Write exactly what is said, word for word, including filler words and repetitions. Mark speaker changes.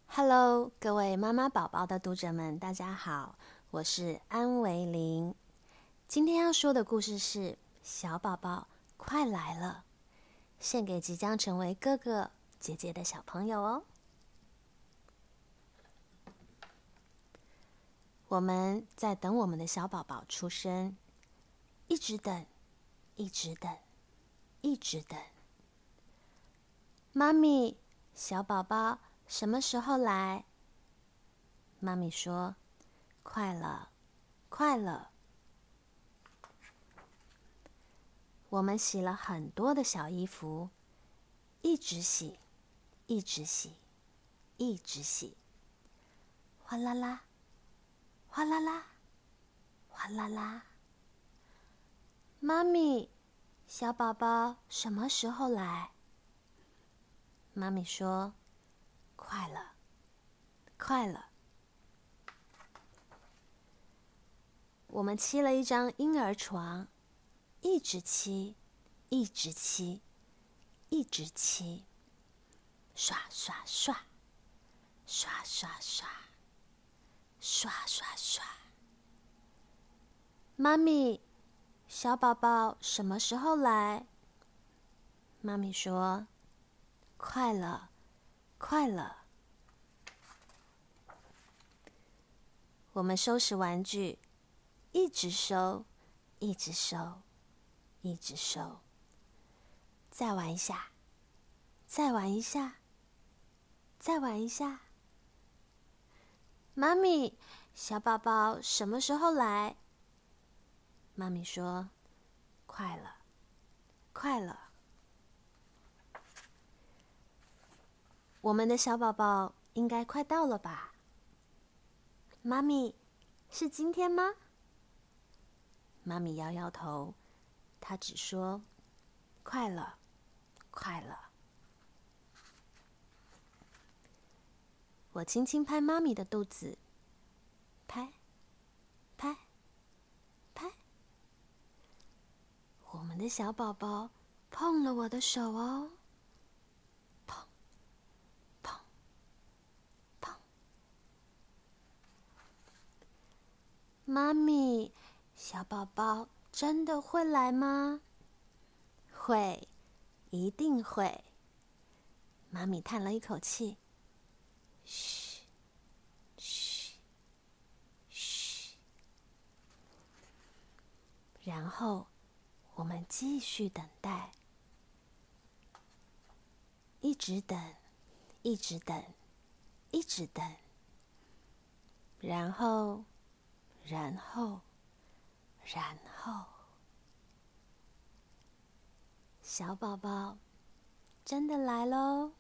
Speaker 1: Hello，各位妈妈宝宝的读者们，大家好，我是安维玲。今天要说的故事是《小宝宝快来了》，献给即将成为哥哥姐姐的小朋友哦。我们在等我们的小宝宝出生，一直等，一直等，一直等。妈咪，小宝宝什么时候来？妈咪说：“快了，快了。”我们洗了很多的小衣服，一直洗，一直洗，一直洗。哗啦啦，哗啦啦，哗啦啦。妈咪，小宝宝什么时候来？妈咪说：“快了，快了。”我们砌了一张婴儿床，一直砌，一直砌，一直砌，刷刷刷，刷刷刷，刷刷刷。妈咪，小宝宝什么时候来？妈咪说：“快了，快了。”我们收拾玩具，一直收，一直收，一直收。再玩一下，再玩一下，再玩一下。妈咪，小宝宝什么时候来？妈咪说：“快了，快了。”我们的小宝宝应该快到了吧？妈咪，是今天吗？妈咪摇摇头，她只说：“快了，快了。”我轻轻拍妈咪的肚子，拍，拍，拍。我们的小宝宝碰了我的手哦，碰，碰，碰。妈咪，小宝宝真的会来吗？会，一定会。妈咪叹了一口气，嘘，嘘，嘘。然后我们继续等待，一直等，一直等，一直等。然后，然后，然后，小宝宝真的来喽！